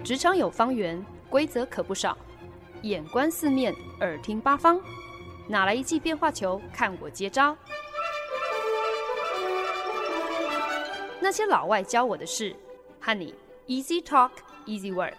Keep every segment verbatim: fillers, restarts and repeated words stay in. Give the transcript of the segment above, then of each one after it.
职场有方圆，规则可不少。眼观四面，耳听八方，哪来一记变化球？看我接招！那些老外教我的事，和你 Easy Talk Easy Work。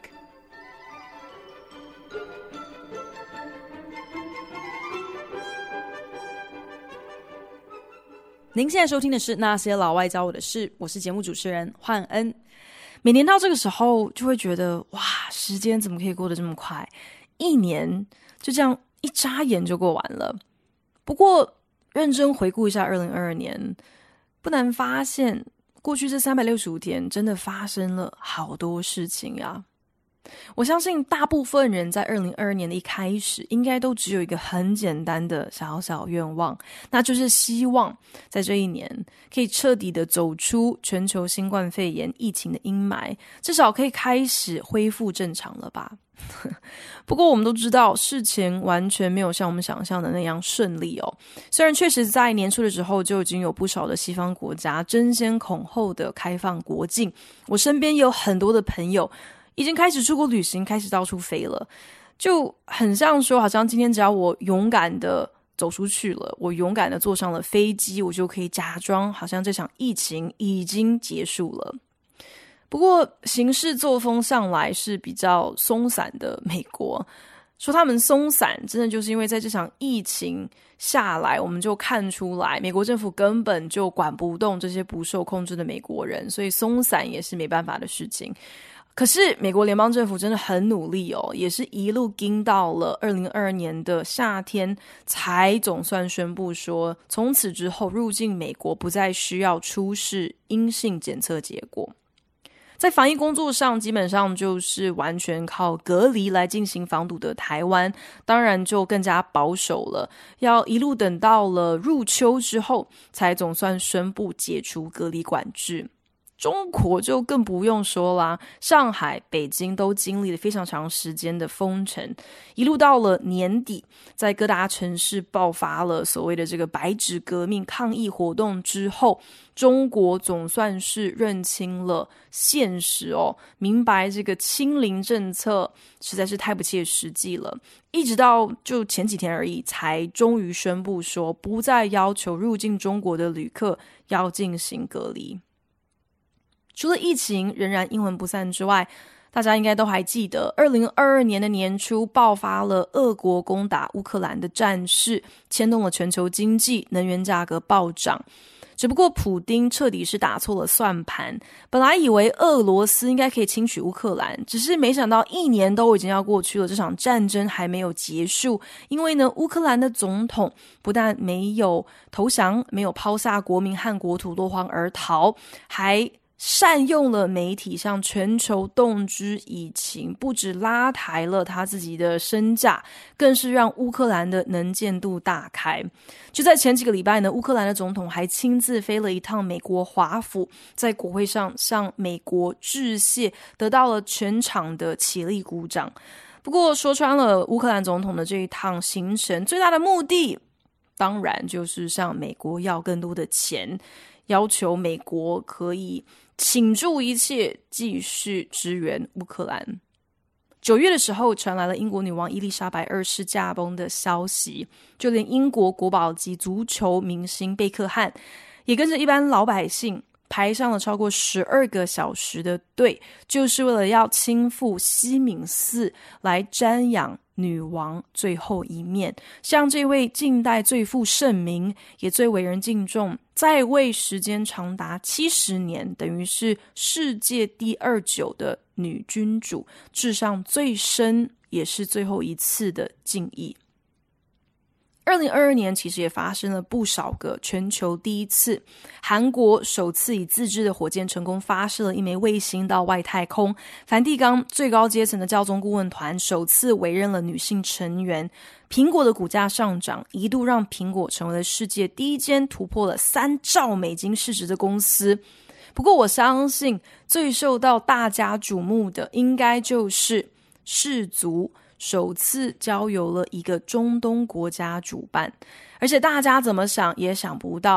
您现在收听的是《那些老外教我的事》，我是节目主持人焕恩。每年到这个时候，就会觉得哇，时间怎么可以过得这么快？一年就这样一眨眼就过完了。不过，认真回顾一下二零二二年，不难发现，过去这三百六十五天真的发生了好多事情啊。我相信大部分人在二零二二年的一开始应该都只有一个很简单的小小愿望，那就是希望在这一年可以彻底的走出全球新冠肺炎疫情的阴霾，至少可以开始恢复正常了吧。不过我们都知道事情完全没有像我们想象的那样顺利哦。虽然确实在年初的时候就已经有不少的西方国家争先恐后的开放国境，我身边也有很多的朋友已经开始出国旅行，开始到处飞了，就很像说好像今天只要我勇敢的走出去了，我勇敢的坐上了飞机，我就可以假装好像这场疫情已经结束了。不过行事作风向来是比较松散的美国，说他们松散真的就是因为在这场疫情下来，我们就看出来美国政府根本就管不动这些不受控制的美国人，所以松散也是没办法的事情。可是美国联邦政府真的很努力哦，也是一路盯到了二零二二年的夏天，才总算宣布说从此之后入境美国不再需要出示阴性检测结果。在防疫工作上基本上就是完全靠隔离来进行防堵的台湾，当然就更加保守了，要一路等到了入秋之后才总算宣布解除隔离管制。中国就更不用说啦，上海、北京都经历了非常长时间的封城，一路到了年底，在各大城市爆发了所谓的这个白纸革命抗议活动之后，中国总算是认清了现实哦，明白这个清零政策实在是太不切实际了，一直到就前几天而已，才终于宣布说不再要求入境中国的旅客要进行隔离。除了疫情仍然阴魂不散之外，大家应该都还记得二零二二年的年初爆发了俄国攻打乌克兰的战事，牵动了全球经济，能源价格暴涨。只不过普丁彻底是打错了算盘，本来以为俄罗斯应该可以轻取乌克兰，只是没想到一年都已经要过去了，这场战争还没有结束。因为呢，乌克兰的总统不但没有投降，没有抛下国民和国土落荒而逃，还善用了媒体向全球动之以情，不止拉抬了他自己的身价，更是让乌克兰的能见度大开。就在前几个礼拜呢，乌克兰的总统还亲自飞了一趟美国华府，在国会上向美国致谢，得到了全场的起立鼓掌。不过说穿了，乌克兰总统的这一趟行程最大的目的当然就是向美国要更多的钱，要求美国可以倾注一切继续支援乌克兰。九月的时候传来了英国女王伊丽莎白二世驾崩的消息，就连英国国宝级足球明星贝克汉也跟着一般老百姓排上了超过十二个小时的队，就是为了要亲赴西敏寺来瞻仰女王最后一面，向这位近代最负盛名也最为人敬重，在位时间长达七十年，等于是世界第二久的女君主致上最深也是最后一次的敬意。二零二二年其实也发生了不少个全球第一次，韩国首次以自制的火箭成功发射了一枚卫星到外太空，梵蒂冈最高阶层的教宗顾问团首次委任了女性成员，苹果的股价上涨，一度让苹果成为了世界第一间突破了三兆美金市值的公司。不过我相信最受到大家瞩目的应该就是世足首次交由了一个中东国家主办，而且大家怎么想也想不到，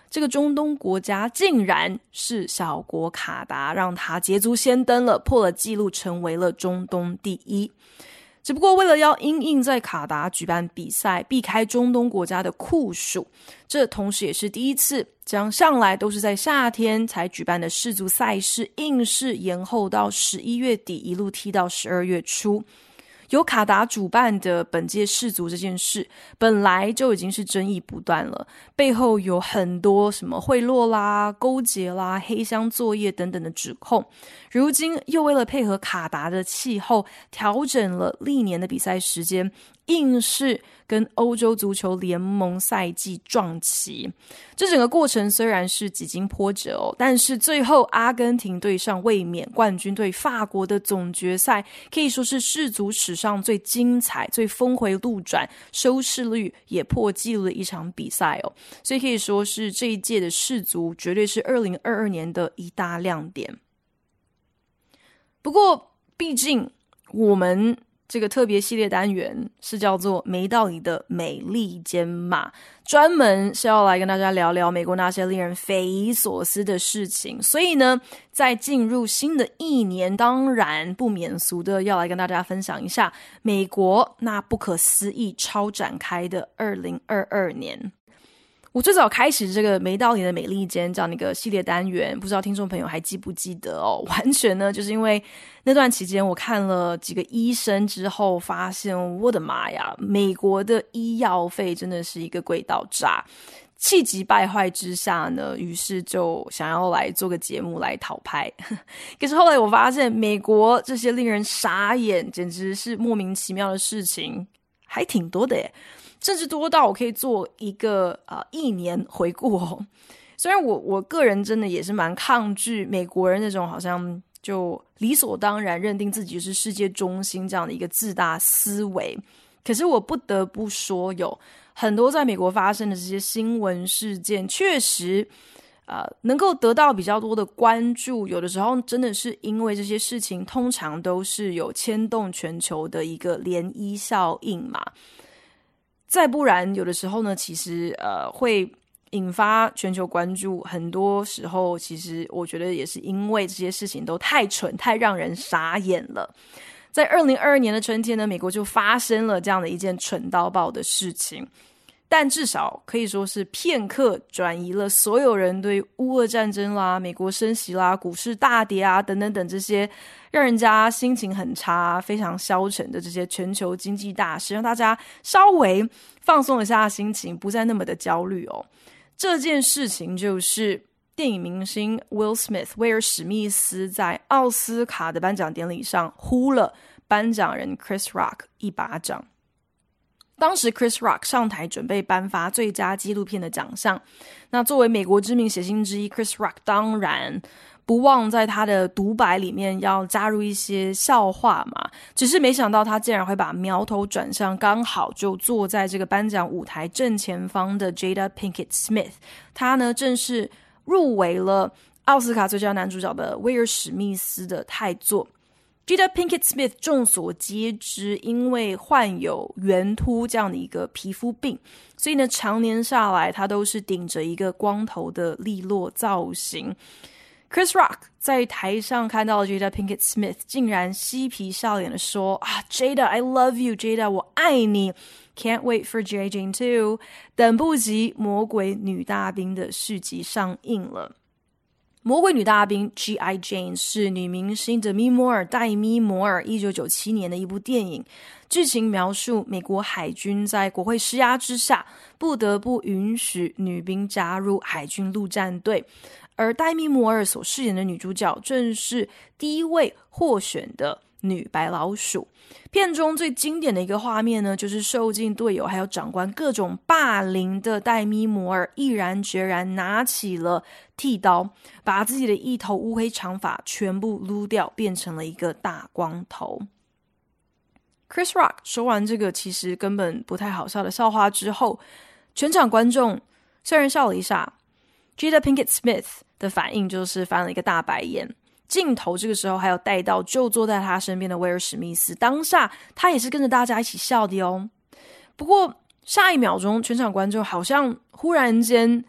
这个中东国家竟然是小国卡达，让他捷足先登了，破了纪录，成为了中东第一。只不过为了要因应在卡达举办比赛，避开中东国家的酷暑，这同时也是第一次将向来都是在夏天才举办的世足赛事硬是延后到十一月底，一路踢到十二月初。由卡达主办的本届世足这件事本来就已经是争议不断了，背后有很多什么贿赂啦、勾结啦、黑箱作业等等的指控，如今又为了配合卡达的气候调整了历年的比赛时间，硬是跟欧洲足球联盟赛季撞齐。这整个过程虽然是几经波折哦，但是最后阿根廷对上卫冕冠军队法国的总决赛，可以说是世足史上最精彩、最峰回路转、收视率也破纪录的一场比赛哦。所以可以说是这一届的世足绝对是二零二二年的一大亮点。不过毕竟我们这个特别系列单元是叫做没道理的美利坚嘛，专门是要来跟大家聊聊美国那些令人匪夷所思的事情。所以呢，在进入新的一年，当然不免俗的要来跟大家分享一下美国那不可思议超展开的二零二二年。我最早开始这个没道理的美利坚这样的一个系列单元，不知道听众朋友还记不记得哦？完全呢就是因为那段期间我看了几个医生之后，发现我的妈呀，美国的医药费真的是一个贵到炸。气急败坏之下呢，于是就想要来做个节目来讨拍。可是后来我发现美国这些令人傻眼简直是莫名其妙的事情还挺多的耶，甚至多到我可以做一个呃一年回顾哦。虽然我我个人真的也是蛮抗拒美国人那种好像就理所当然认定自己是世界中心这样的一个自大思维，可是我不得不说，有很多在美国发生的这些新闻事件，确实呃能够得到比较多的关注。有的时候真的是因为这些事情通常都是有牵动全球的一个涟漪效应嘛。再不然有的时候呢，其实呃会引发全球关注，很多时候其实我觉得也是因为这些事情都太蠢，太让人傻眼了。在二零二二年的春天呢，美国就发生了这样的一件蠢到爆的事情，但至少可以说是片刻转移了所有人对乌俄战争啦、美国升息啦、股市大跌啊等等等这些让人家心情很差、非常消沉的这些全球经济大事，让大家稍微放松一下心情，不再那么的焦虑哦。这件事情就是电影明星 Will Smith 威尔史密斯在奥斯卡的颁奖典礼上呼了颁奖人 Chris Rock 一巴掌。当时 Chris Rock 上台准备颁发最佳纪录片的奖项，那作为美国知名谐星之一 Chris Rock 当然不忘在他的独白里面要加入一些笑话嘛，只是没想到他竟然会把苗头转向刚好就坐在这个颁奖舞台正前方的 Jada Pinkett Smith， 他呢正是入围了奥斯卡最佳男主角的威尔史密斯的太座。Jada Pinkett Smith 众所皆知，因为患有圆秃这样的一个皮肤病，所以呢常年下来他都是顶着一个光头的利落造型。Chris Rock 在台上看到 Jada Pinkett Smith 竟然嬉皮笑脸的说啊 Jada I love you Jada 我爱你 Can't wait for G I Jane two 等不及魔鬼女大兵的续集上映了。魔鬼女大兵 G I Jane 是女明星德米摩尔戴咪摩尔一九九七年的一部电影，剧情描述美国海军在国会施压之下不得不允许女兵加入海军陆战队，而戴咪摩尔所饰演的女主角正是第一位获选的女白老鼠。片中最经典的一个画面呢，就是受尽队友还有长官各种霸凌的戴咪摩尔毅然决然拿起了剃刀，把自己的一头乌黑长发全部撸掉，变成了一个大光头。Chris Rock 说完这个其实根本不太好笑的笑话之后，全场观众虽然笑了一下， Jada Pinkett Smith 的反应就是翻了一个大白眼。镜头这个时候还有带到就坐在他身边的威尔史密斯，当下他也是跟着大家一起笑的哦。不过下一秒钟全场观众好像忽然间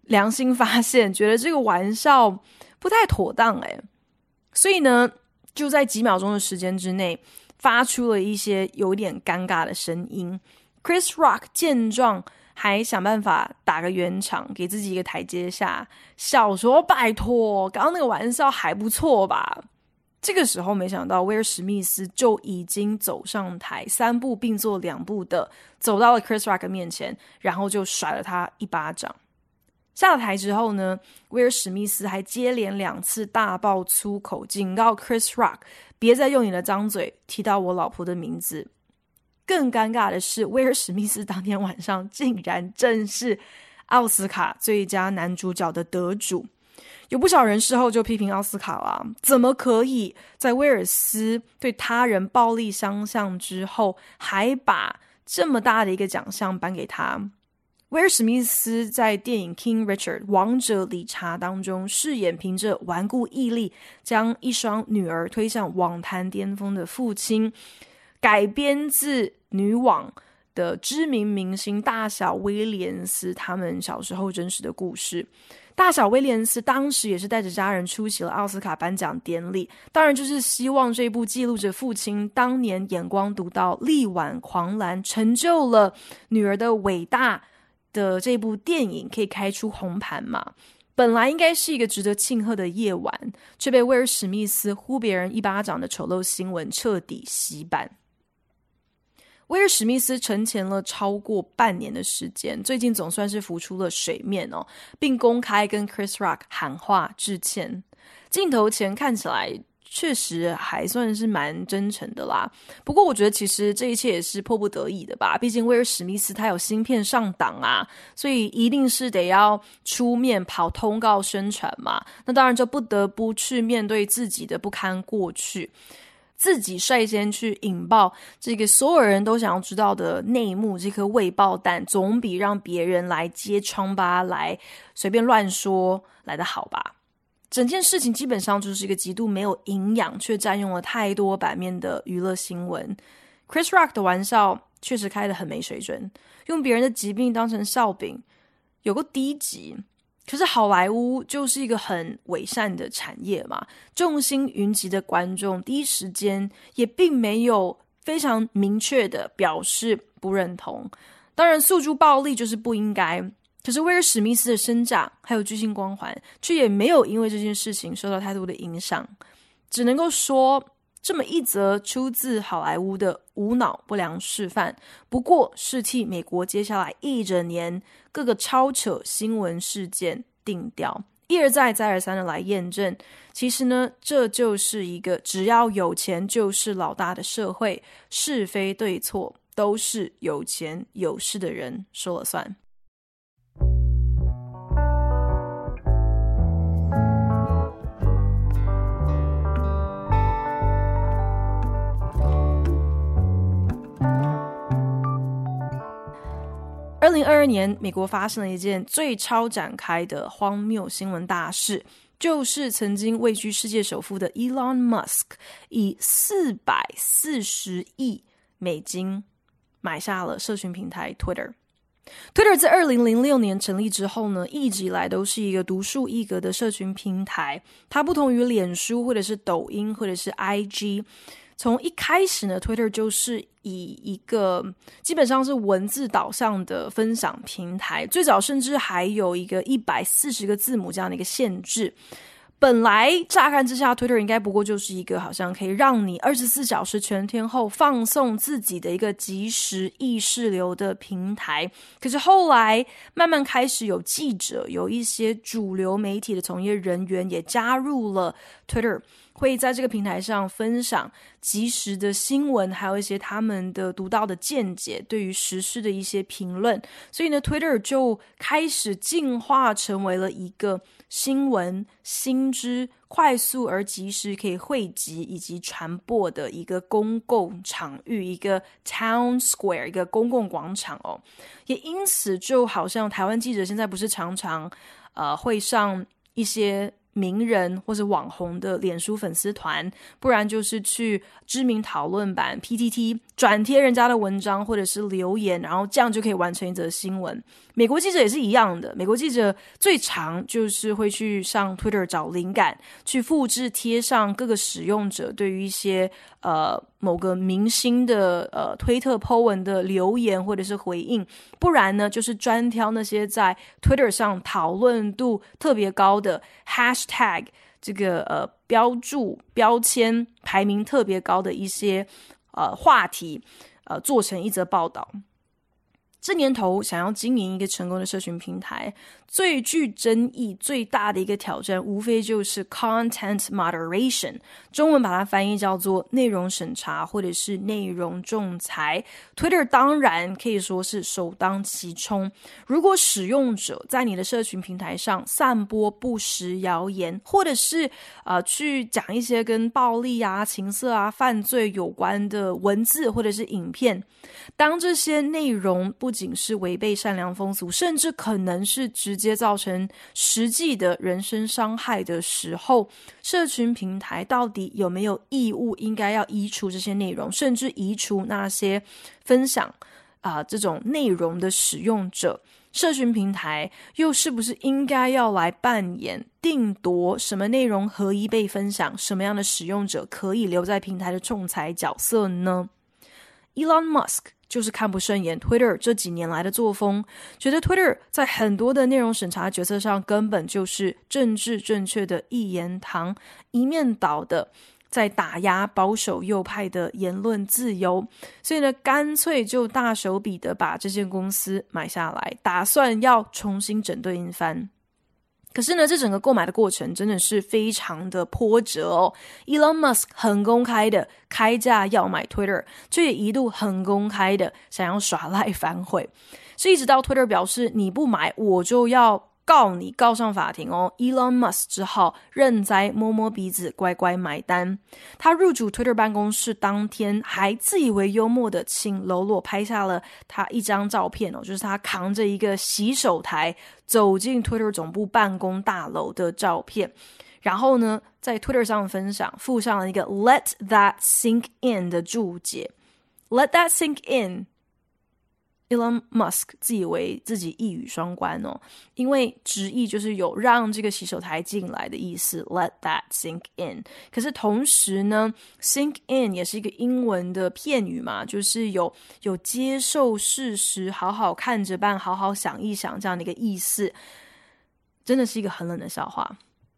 良心发现，觉得这个玩笑不太妥当诶，所以呢，就在几秒钟的时间之内，发出了一些有点尴尬的声音。Chris Rock 见状，还想办法打个圆场，给自己一个台阶下，笑说：“拜托，刚刚那个玩笑还不错吧？”这个时候，没想到威尔史密斯就已经走上台，三步并作两步的走到了 Chris Rock 面前，然后就甩了他一巴掌。下了台之后呢，威尔史密斯还接连两次大爆粗口，警告 Chris Rock 别再用你的脏嘴提到我老婆的名字。更尴尬的是，威尔史密斯当天晚上竟然正是奥斯卡最佳男主角的得主。有不少人事后就批评奥斯卡啦，怎么可以在威尔斯对他人暴力相向之后，还把这么大的一个奖项颁给他？威尔史密斯在电影 King Richard 王者理查当中饰演凭着顽固毅力将一双女儿推向网坛巅峰的父亲，改编自女网的知名明星大小威廉斯他们小时候真实的故事。大小威廉斯当时也是带着家人出席了奥斯卡颁奖典礼，当然就是希望这部记录着父亲当年眼光独到、力挽狂澜，成就了女儿的伟大的这部电影可以开出红盘嘛。本来应该是一个值得庆贺的夜晚，却被威尔史密斯呼别人一巴掌的丑陋新闻彻底洗版。威尔史密斯沉潜了超过半年的时间，最近总算是浮出了水面哦，并公开跟 Chris Rock 喊话致歉。镜头前看起来确实还算是蛮真诚的啦，不过我觉得其实这一切也是迫不得已的吧，毕竟威尔史密斯他有新片上档啊，所以一定是得要出面跑通告宣传嘛，那当然就不得不去面对自己的不堪过去，自己率先去引爆这个所有人都想要知道的内幕，这颗未爆弹总比让别人来揭疮疤来随便乱说来得好吧。整件事情基本上就是一个极度没有营养却占用了太多版面的娱乐新闻。 Chris Rock 的玩笑确实开得很没水准，用别人的疾病当成笑柄有够低级。可是好莱坞就是一个很伪善的产业嘛，众星云集的观众第一时间也并没有非常明确的表示不认同。当然诉诸暴力就是不应该，可是威尔史密斯的身价还有巨星光环却也没有因为这件事情受到太多的影响，只能够说这么一则出自好莱坞的无脑不良示范，不过是替美国接下来一整年各个超扯新闻事件定调，一而再再而三的来验证，其实呢，这就是一个只要有钱就是老大的社会，是非对错都是有钱有势的人说了算。二零二二年，美国发生了一件最超展开的荒谬新闻大事，就是曾经位居世界首富的 Elon Musk 以四百四十亿美金买下了社群平台 Twitter。Twitter 在二零零六年成立之后呢，一直以来都是一个独树一格的社群平台。它不同于脸书或者是抖音或者是 I G， 从一开始呢 Twitter 就是以一个基本上是文字导向的分享平台，最早甚至还有一个一百四十个字母这样的一个限制。本来乍看之下 Twitter 应该不过就是一个好像可以让你二十四小时全天候放送自己的一个即时意识流的平台，可是后来慢慢开始有记者，有一些主流媒体的从业人员也加入了 Twitter， 会在这个平台上分享即时的新闻，还有一些他们的独到的见解，对于时事的一些评论。所以呢 Twitter 就开始进化成为了一个新闻新知快速而及时可以汇集以及传播的一个公共场域，一个 town square， 一个公共广场哦。也因此就好像台湾记者现在不是常常呃会上一些名人或是网红的脸书粉丝团，不然就是去知名讨论版 P T T 转贴人家的文章或者是留言，然后这样就可以完成一则新闻。美国记者也是一样的，美国记者最常就是会去上 Twitter 找灵感，去复制贴上各个使用者对于一些呃某个明星的呃推特 po 文的留言或者是回应，不然呢就是专挑那些在 Twitter 上讨论度特别高的 hashtag 这个呃标注标签排名特别高的一些呃话题，呃做成一则报道。这年头想要经营一个成功的社群平台，最具争议最大的一个挑战无非就是 content moderation， 中文把它翻译叫做内容审查或者是内容仲裁。 Twitter 当然可以说是首当其冲，如果使用者在你的社群平台上散播不实谣言，或者是呃去讲一些跟暴力啊、情色啊、犯罪有关的文字或者是影片，当这些内容不仅是违背善良风俗，甚至可能是直接造成实际的人身伤害的时候，社群平台到底有没有义务应该要移除这些内容，甚至移除那些分享啊、呃、这种内容的使用者？社群平台又是不是应该要来扮演定夺什么内容何以被分享，什么样的使用者可以留在平台的仲裁角色呢？ Elon Musk就是看不顺眼 Twitter 这几年来的作风，觉得 Twitter 在很多的内容审查决策上根本就是政治正确的一言堂，一面倒的在打压保守右派的言论自由，所以呢，干脆就大手笔的把这间公司买下来，打算要重新整顿一番。可是呢，这整个购买的过程真的是非常的波折哦。Elon Musk 很公开的开价要买 Twitter， 却也一度很公开的想要耍赖反悔，是一直到 Twitter 表示你不买我就要告你，告上法庭哦。Elon Musk 只好认栽，摸摸鼻子，乖乖买单。他入主 Twitter 办公室当天，还自以为幽默的请喽啰拍下了他一张照片哦，就是他扛着一个洗手台走进 Twitter 总部办公大楼的照片。然后呢，在 Twitter 上分享，附上了一个 Let that sink in 的注解。Let that sink in。Elon Musk 自以为自己一语双关哦，因为直译就是有让这个洗手台进来的意思 Let that sink in， 可是同时呢 sink in 也是一个英文的片语嘛，就是有有接受事实，好好看着办，好好想一想这样的一个意思，真的是一个很冷的笑话。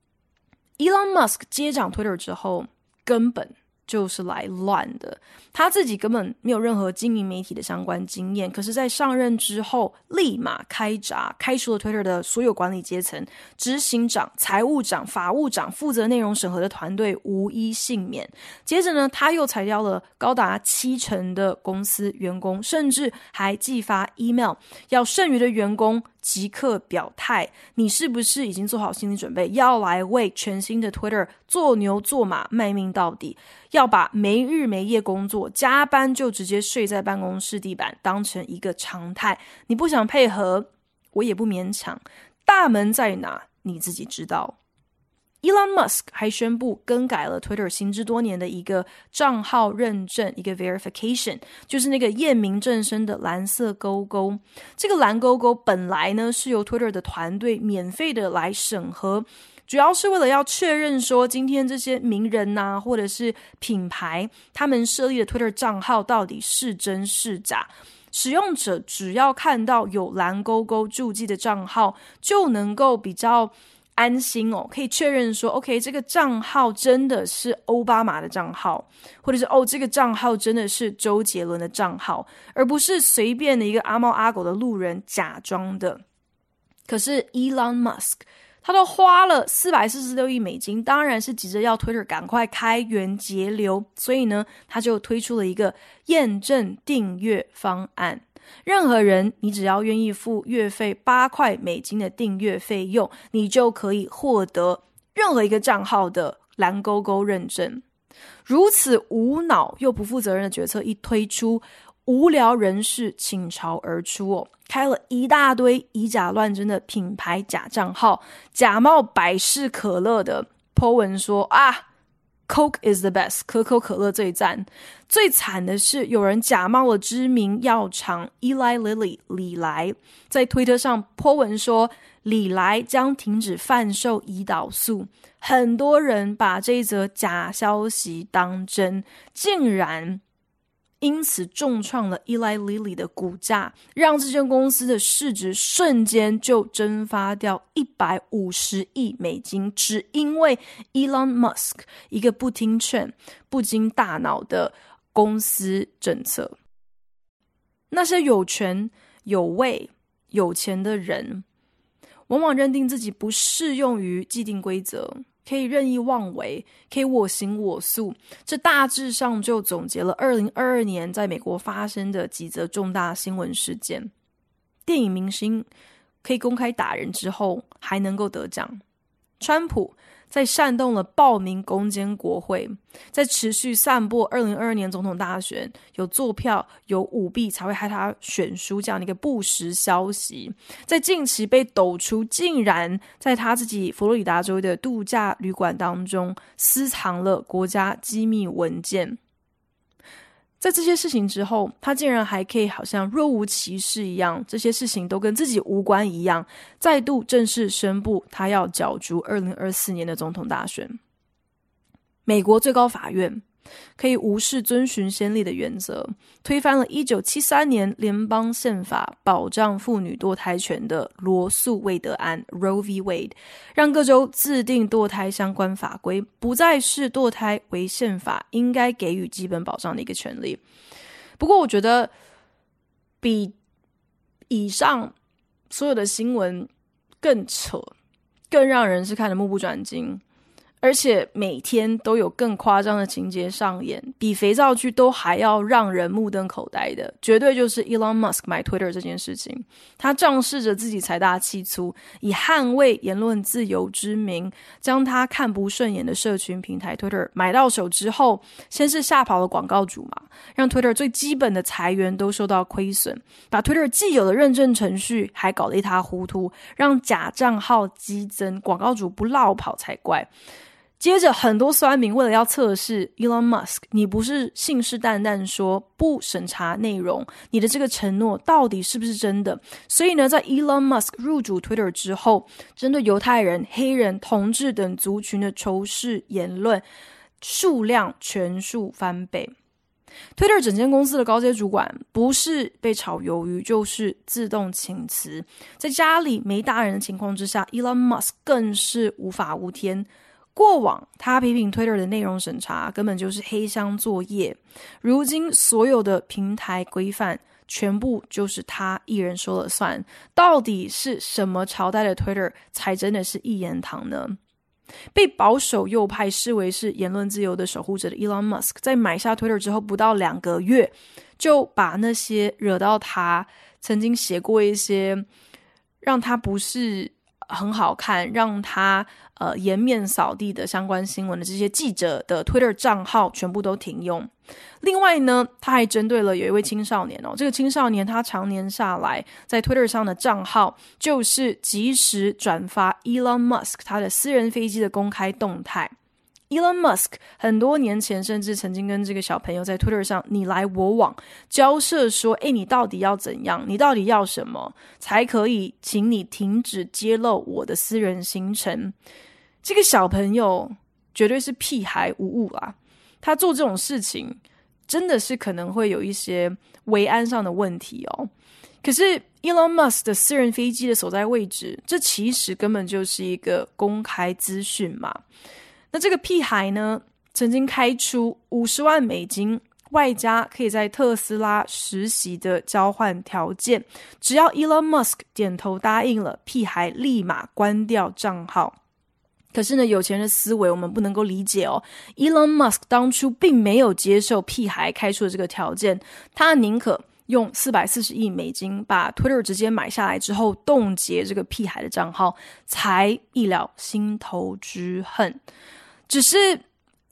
Elon Musk 接掌 Twitter 之后根本就是来乱的，他自己根本没有任何经营媒体的相关经验，可是在上任之后立马开闸，开除了 Twitter 的所有管理阶层，执行长、财务长、法务长，负责内容审核的团队无一幸免。接着呢，他又裁掉了高达七成的公司员工，甚至还寄发 email 要剩余的员工即刻表态，你是不是已经做好心理准备，要来为全新的 Twitter 做牛做马，卖命到底，要把没日没夜工作，加班就直接睡在办公室地板当成一个常态。你不想配合，我也不勉强，大门在哪你自己知道。Elon Musk 还宣布更改了 Twitter 行之多年的一个账号认证，一个 verification， 就是那个验明正身的蓝色勾勾。这个蓝勾勾本来呢是由 Twitter 的团队免费的来审核，主要是为了要确认说今天这些名人啊，或者是品牌他们设立的 Twitter 账号到底是真是假。使用者只要看到有蓝勾勾注记的账号，就能够比较安心哦，可以确认说 OK 这个账号真的是奥巴马的账号，或者是哦这个账号真的是周杰伦的账号，而不是随便的一个阿猫阿狗的路人假装的。可是 Elon Musk 他都花了四百四十六亿美金，当然是急着要 Twitter 赶快开源节流，所以呢他就推出了一个验证订阅方案。任何人你只要愿意付月费八块美金的订阅费用，你就可以获得任何一个账号的蓝勾勾认证。如此无脑又不负责任的决策一推出，无聊人士倾巢而出哦， 开了一大堆以假乱真的品牌假账号，假冒百事可乐的 po 文说啊Coke is the best， 可口可乐最赞。最惨的是有人假冒了知名药厂 Eli Lilly 李来，在推特上 po 文说李来将停止贩售胰岛素。很多人把这一则假消息当真，竟然因此重创了 Eli Lilly 的股价，让这间公司的市值瞬间就蒸发掉一百五十亿美金，只因为 Elon Musk 一个不听劝、不经大脑的公司政策。那些有权、有位、有钱的人，往往认定自己不适用于既定规则，可以任意妄为，可以我行我素。这大致上就总结了二零二二年在美国发生的几则重大新闻事件。电影明星可以公开打人之后还能够得奖，川普在煽动了暴民攻坚国会，在持续散播二零二二年总统大选有作票有舞弊才会害他选输这样的一个不实消息，在近期被抖出竟然在他自己佛罗里达州的度假旅馆当中私藏了国家机密文件。在这些事情之后，他竟然还可以好像若无其事一样，这些事情都跟自己无关一样，再度正式宣布他要角逐二零二四年的总统大选。美国最高法院可以无视遵循先例的原则，推翻了一九七三年联邦宪法保障妇女堕胎权的罗诉韦德案 Roe v. Wade， 让各州自定堕胎相关法规，不再视堕胎为宪法应该给予基本保障的一个权利。不过我觉得比以上所有的新闻更扯，更让人是看得目不转睛，而且每天都有更夸张的情节上演，比肥皂剧都还要让人目瞪口呆的，绝对就是 Elon Musk 买 Twitter 这件事情。他仗势着自己财大气粗，以捍卫言论自由之名，将他看不顺眼的社群平台 Twitter 买到手之后，先是吓跑了广告主嘛，让 Twitter 最基本的财源都受到亏损，把 Twitter 既有的认证程序还搞得一塌糊涂，让假账号激增，广告主不落跑才怪。接着很多酸民为了要测试 Elon Musk， 你不是信誓旦旦说不审查内容，你的这个承诺到底是不是真的？所以呢，在 Elon Musk 入主 Twitter 之后，针对犹太人、黑人、同志等族群的仇视言论数量全数翻倍。Twitter 整间公司的高阶主管不是被炒鱿鱼，就是自动请辞。在家里没大人的情况之下， Elon Musk 更是无法无天。过往他批评 Twitter 的内容审查根本就是黑箱作业，如今所有的平台规范全部就是他一人说了算，到底是什么朝代的 Twitter 才真的是一言堂呢？被保守右派视为是言论自由的守护者的 Elon Musk 在买下 Twitter 之后不到两个月，就把那些惹到他曾经写过一些让他不是很好看，让他呃颜面扫地的相关新闻的这些记者的 Twitter 账号全部都停用。另外呢，他还针对了有一位青少年哦，这个青少年他常年下来在 Twitter 上的账号就是及时转发 Elon Musk 他的私人飞机的公开动态。Elon Musk 很多年前甚至曾经跟这个小朋友在 Twitter 上你来我往交涉说，诶，你到底要怎样，你到底要什么才可以请你停止揭露我的私人行程。这个小朋友绝对是屁孩无误啦，他做这种事情真的是可能会有一些维安上的问题哦。可是 Elon Musk 的私人飞机的所在位置，这其实根本就是一个公开资讯嘛。那这个屁孩呢，曾经开出五十万美金，外加可以在特斯拉实习的交换条件，只要 Elon Musk 点头答应了，屁孩立马关掉账号。可是呢，有钱人的思维我们不能够理解哦。Elon Musk 当初并没有接受屁孩开出的这个条件，他宁可用四百四十亿美金把 Twitter 直接买下来之后冻结这个屁孩的账号，才一了心头之恨。只是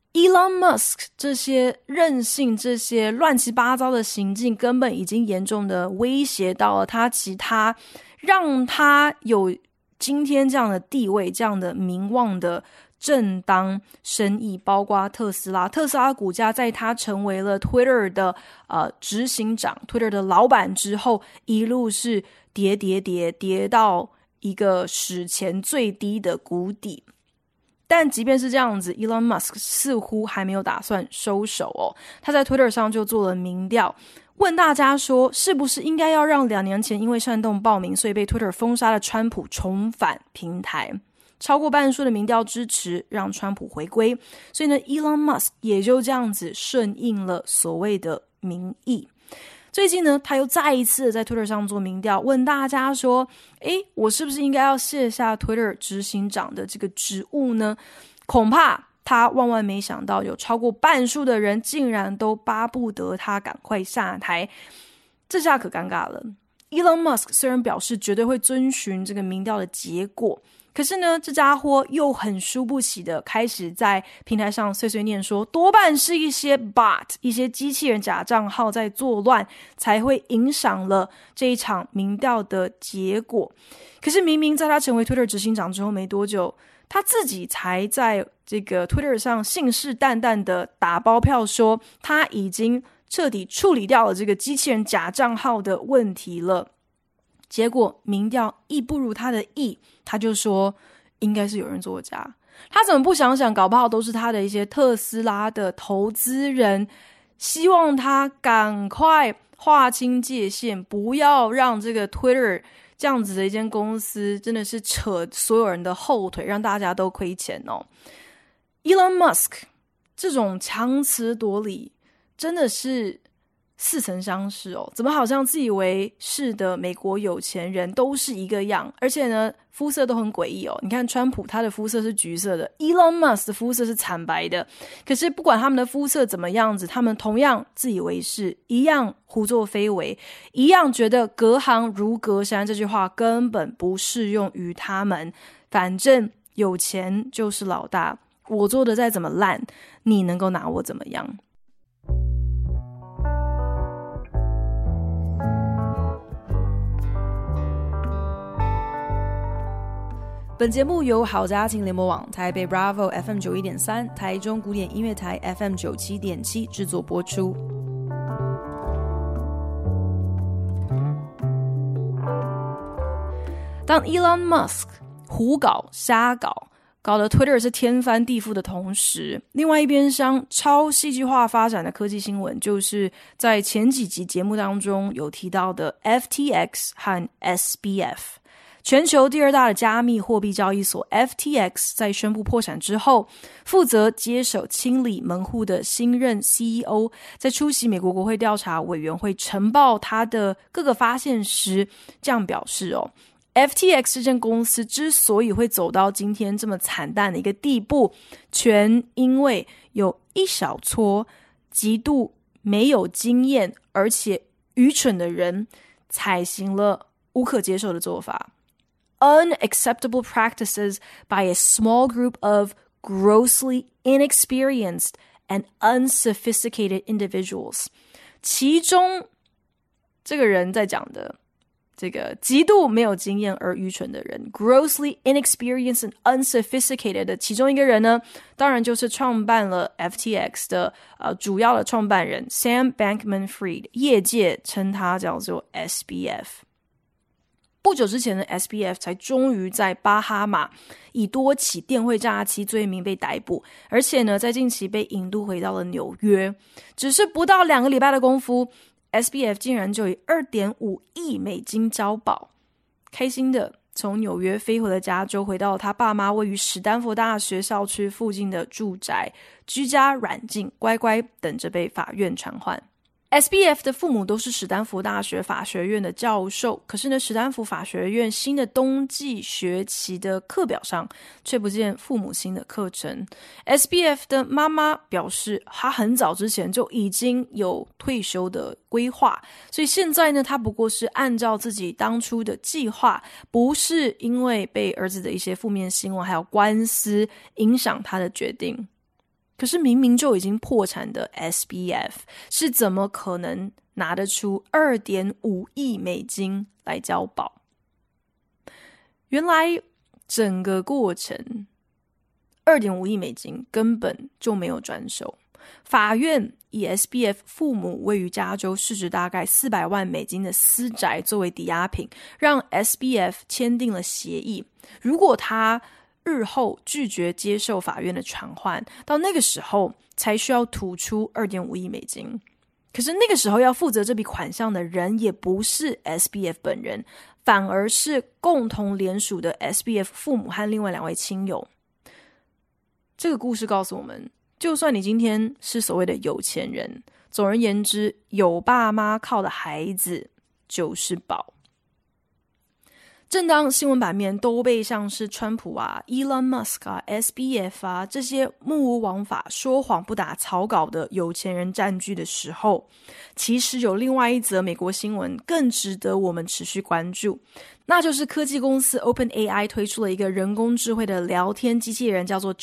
Elon Musk 这些任性、这些乱七八糟的行径，根本已经严重的威胁到了他其他让他有今天这样的地位、这样的名望的正当生意，包括特斯拉。特斯拉股价在他成为了 Twitter 的呃执行长、Twitter 的老板之后，一路是跌跌跌跌到一个史前最低的谷底。但即便是这样子 Elon Musk 似乎还没有打算收手哦。他在 Twitter 上就做了民调，问大家说是不是应该要让两年前因为煽动暴民所以被 Twitter 封杀的川普重返平台。超过半数的民调支持让川普回归，所以呢 Elon Musk 也就这样子顺应了所谓的民意。最近呢，他又再一次在 Twitter 上做民调，问大家说，诶，我是不是应该要卸下 Twitter 执行长的这个职务呢？恐怕他万万没想到，有超过半数的人竟然都巴不得他赶快下台。这下可尴尬了。Elon Musk 虽然表示绝对会遵循这个民调的结果，可是呢，这家伙又很输不起的开始在平台上碎碎念说，多半是一些 bot 一些机器人假账号在作乱，才会影响了这一场民调的结果。可是明明在他成为 Twitter 执行长之后没多久，他自己才在这个 Twitter 上信誓旦旦的打包票说，他已经彻底处理掉了这个机器人假账号的问题了。结果民调亦不如他的意，他就说应该是有人作假。他怎么不想想，搞不好都是他的一些特斯拉的投资人，希望他赶快划清界限，不要让这个 Twitter 这样子的一间公司真的是扯所有人的后腿，让大家都亏钱哦。Elon Musk 这种强词夺理真的是似曾相识哦，怎么好像自以为是的美国有钱人都是一个样，而且呢肤色都很诡异哦。你看川普他的肤色是橘色的， Elon Musk 的肤色是惨白的，可是不管他们的肤色怎么样子，他们同样自以为是，一样胡作非为，一样觉得隔行如隔山，这句话根本不适用于他们。反正有钱就是老大，我做的再怎么烂，你能够拿我怎么样？本节目由好家庭联播网、台北 Bravo F M 九一点三、台中古典音乐台 F M 九七点七制作播出。当 Elon Musk 胡搞瞎搞，搞得 Twitter 是天翻地覆的同时，另外一边厢超戏剧化发展的科技新闻，就是在前几集节目当中有提到的 F T X 和 S B F。全球第二大的加密货币交易所 F T X 在宣布破产之后，负责接手清理门户的新任 C E O 在出席美国国会调查委员会呈报他的各个发现时，这样表示哦， F T X 这间公司之所以会走到今天这么惨淡的一个地步，全因为有一小撮极度没有经验而且愚蠢的人采行了无可接受的做法。Unacceptable practices by a small group of grossly inexperienced and unsophisticated individuals. 其中这个人在讲的这个极度没有经验而愚蠢的人 grossly inexperienced and unsophisticated 的其中一个人呢，当然就是创办了 F T X 的呃主要的创办人 Sam Bankman-Fried， 业界称他叫做 S B F。不久之前的 S B F 才终于在巴哈马以多起电汇诈欺罪名被逮捕，而且呢在近期被引渡回到了纽约。只是不到两个礼拜的功夫， S B F 竟然就以 二点五亿美金交保，开心的从纽约飞回了加州，回到他爸妈位于史丹佛大学校区附近的住宅，居家软禁，乖乖等着被法院传唤。S B F 的父母都是史丹福大学法学院的教授，可是呢，史丹福法学院新的冬季学期的课表上却不见父母亲的课程。S B F 的妈妈表示，她很早之前就已经有退休的规划，所以现在呢，她不过是按照自己当初的计划，不是因为被儿子的一些负面新闻还有官司影响她的决定。 可是明明就已经破产的 S B F 是怎么可能拿得出 二点五亿美金来交保？原来整个过程 二点五亿美金根本就没有转手，法院以 S B F 父母位于加州市值大概四百万美金的私宅作为抵押品，让 S B F 签订了协议，如果他日后拒绝接受法院的传唤，到那个时候才需要吐出 二点五亿美金。可是那个时候要负责这笔款项的人也不是 S B F 本人，反而是共同联署的 S B F 父母和另外两位亲友。这个故事告诉我们，就算你今天是所谓的有钱人，总而言之，有爸妈靠的孩子就是宝。正当新闻版面都被像是川普啊、Elon Musk 啊、S B F 啊这些目无王法、说谎不打草稿的有钱人占据的时候，其实有另外一则美国新闻更值得我们持续关注，那就是科技公司 OpenAI 推出了一个人工智慧的聊天机器人，叫做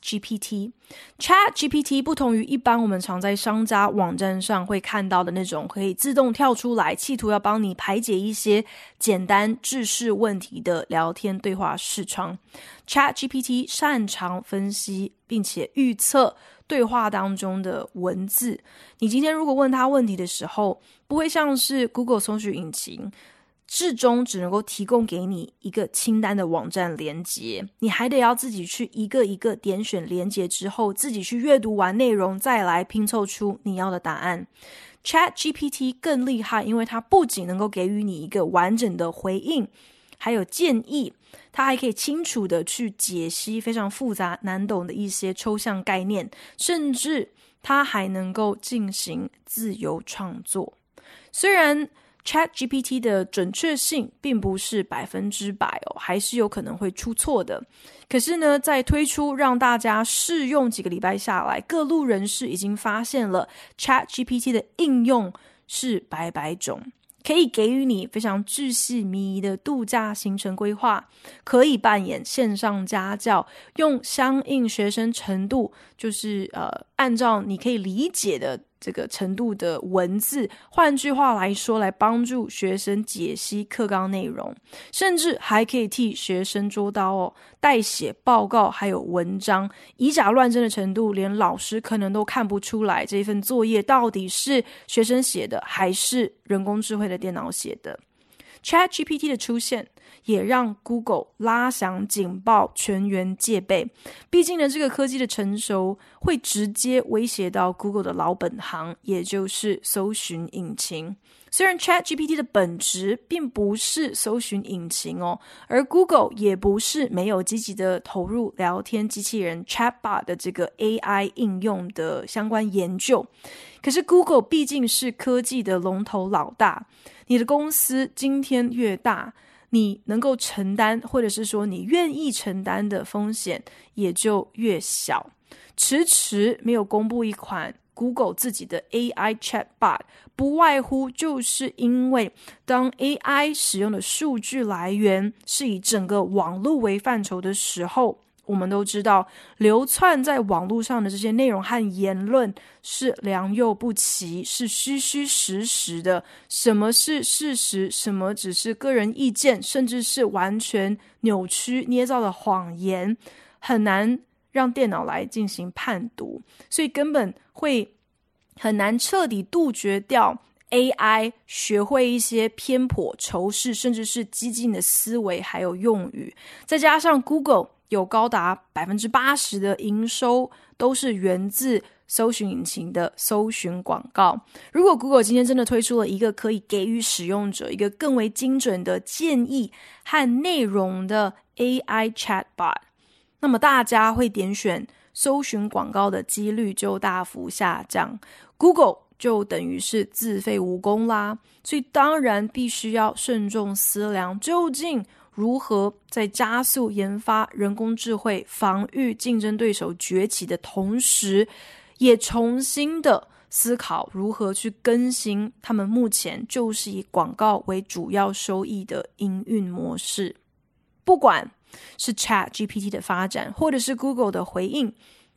ChatGPT。ChatGPT 不同于一般我们常在商家网站上会看到的那种可以自动跳出来，企图要帮你排解一些简单制式问题的聊天对话视窗。ChatGPT 擅长分析并且预测对话当中的文字。你今天如果问他问题的时候，不会像是 Google 搜寻引擎至终只能够提供给你一个清单的网站连结，你还得要自己去一个一个点选连结之后，自己去阅读完内容，再来拼凑出你要的答案。ChatGPT 更厉害，因为它不仅能够给予你一个完整的回应，还有建议，它还可以清楚的去解析非常复杂难懂的一些抽象概念，甚至它还能够进行自由创作。虽然ChatGPT 的准确性并不是百分之百哦，还是有可能会出错的。可是呢，在推出让大家试用几个礼拜下来，各路人士已经发现了 ChatGPT 的应用是百百种，可以给予你非常巨细靡遗的度假行程规划，可以扮演线上家教，用相应学生程度，就是呃，按照你可以理解的这个程度的文字，换句话来说，来帮助学生解析课纲内容，甚至还可以替学生捉刀哦，代写报告还有文章，以假乱真的程度，连老师可能都看不出来这份作业到底是学生写的还是人工智慧的电脑写的。ChatGPT 的出现也让 Google 拉响警报，全员戒备。毕竟呢，这个科技的成熟会直接威胁到 Google 的老本行，也就是搜寻引擎。虽然 ChatGPT 的本质并不是搜寻引擎哦，而 Google 也不是没有积极的投入聊天机器人 Chatbot 的这个 A I 应用的相关研究。可是 Google 毕竟是科技的龙头老大，你的公司今天越大，你能够承担或者是说你愿意承担的风险也就越小。迟迟没有公布一款 Google 自己的 A I Chatbot， 不外乎就是因为当 A I 使用的数据来源是以整个网络为范畴的时候，我们都知道流窜在网络上的这些内容和言论是良莠不齐，是虚虚实实的。什么是事实，什么只是个人意见，甚至是完全扭曲捏造的谎言，很难让电脑来进行判读，所以根本会很难彻底杜绝掉 A I 学会一些偏颇、仇视甚至是激进的思维还有用语。再加上 Google 有高达 百分之八十 的营收都是源自搜寻引擎的搜寻广告。如果 Google 今天真的推出了一个可以给予使用者一个更为精准的建议和内容的 A I Chatbot， 那么大家会点选搜寻广告的几率就大幅下降， Google 就等于是自废武功啦。所以当然必须要慎重思量，究竟如何在加速研发人工智慧、防御竞争对手崛起的同时，也重新的思考如何去更新他们目前就是以广告为主要收益的营运模式。不管是 ChatGPT 的发展，或者是 Google 的回应，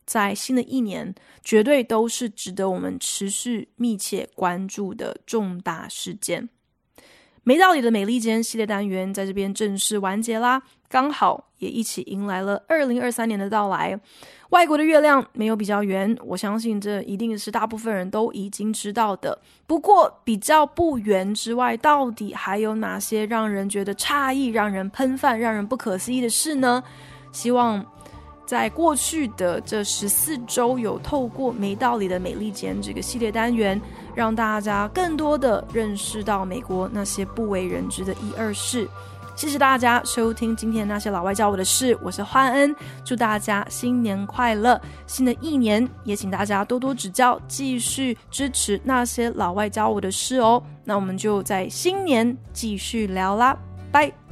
在新的一年绝对都是值得我们持续密切关注的重大事件。没道理的美利坚系列单元在这边正式完结啦，刚好也一起迎来了二零二三年的到来。外国的月亮没有比较圆，我相信这一定是大部分人都已经知道的。不过比较不圆之外，到底还有哪些让人觉得诧异、让人喷饭、让人不可思议的事呢？希望在过去的这十四周，有透过没道理的美利坚这个系列单元，让大家更多的认识到美国那些不为人知的一二事。谢谢大家收听今天那些老外教我的事，我是焕恩，祝大家新年快乐！新的一年也请大家多多指教，继续支持那些老外教我的事哦。那我们就在新年继续聊啦，拜。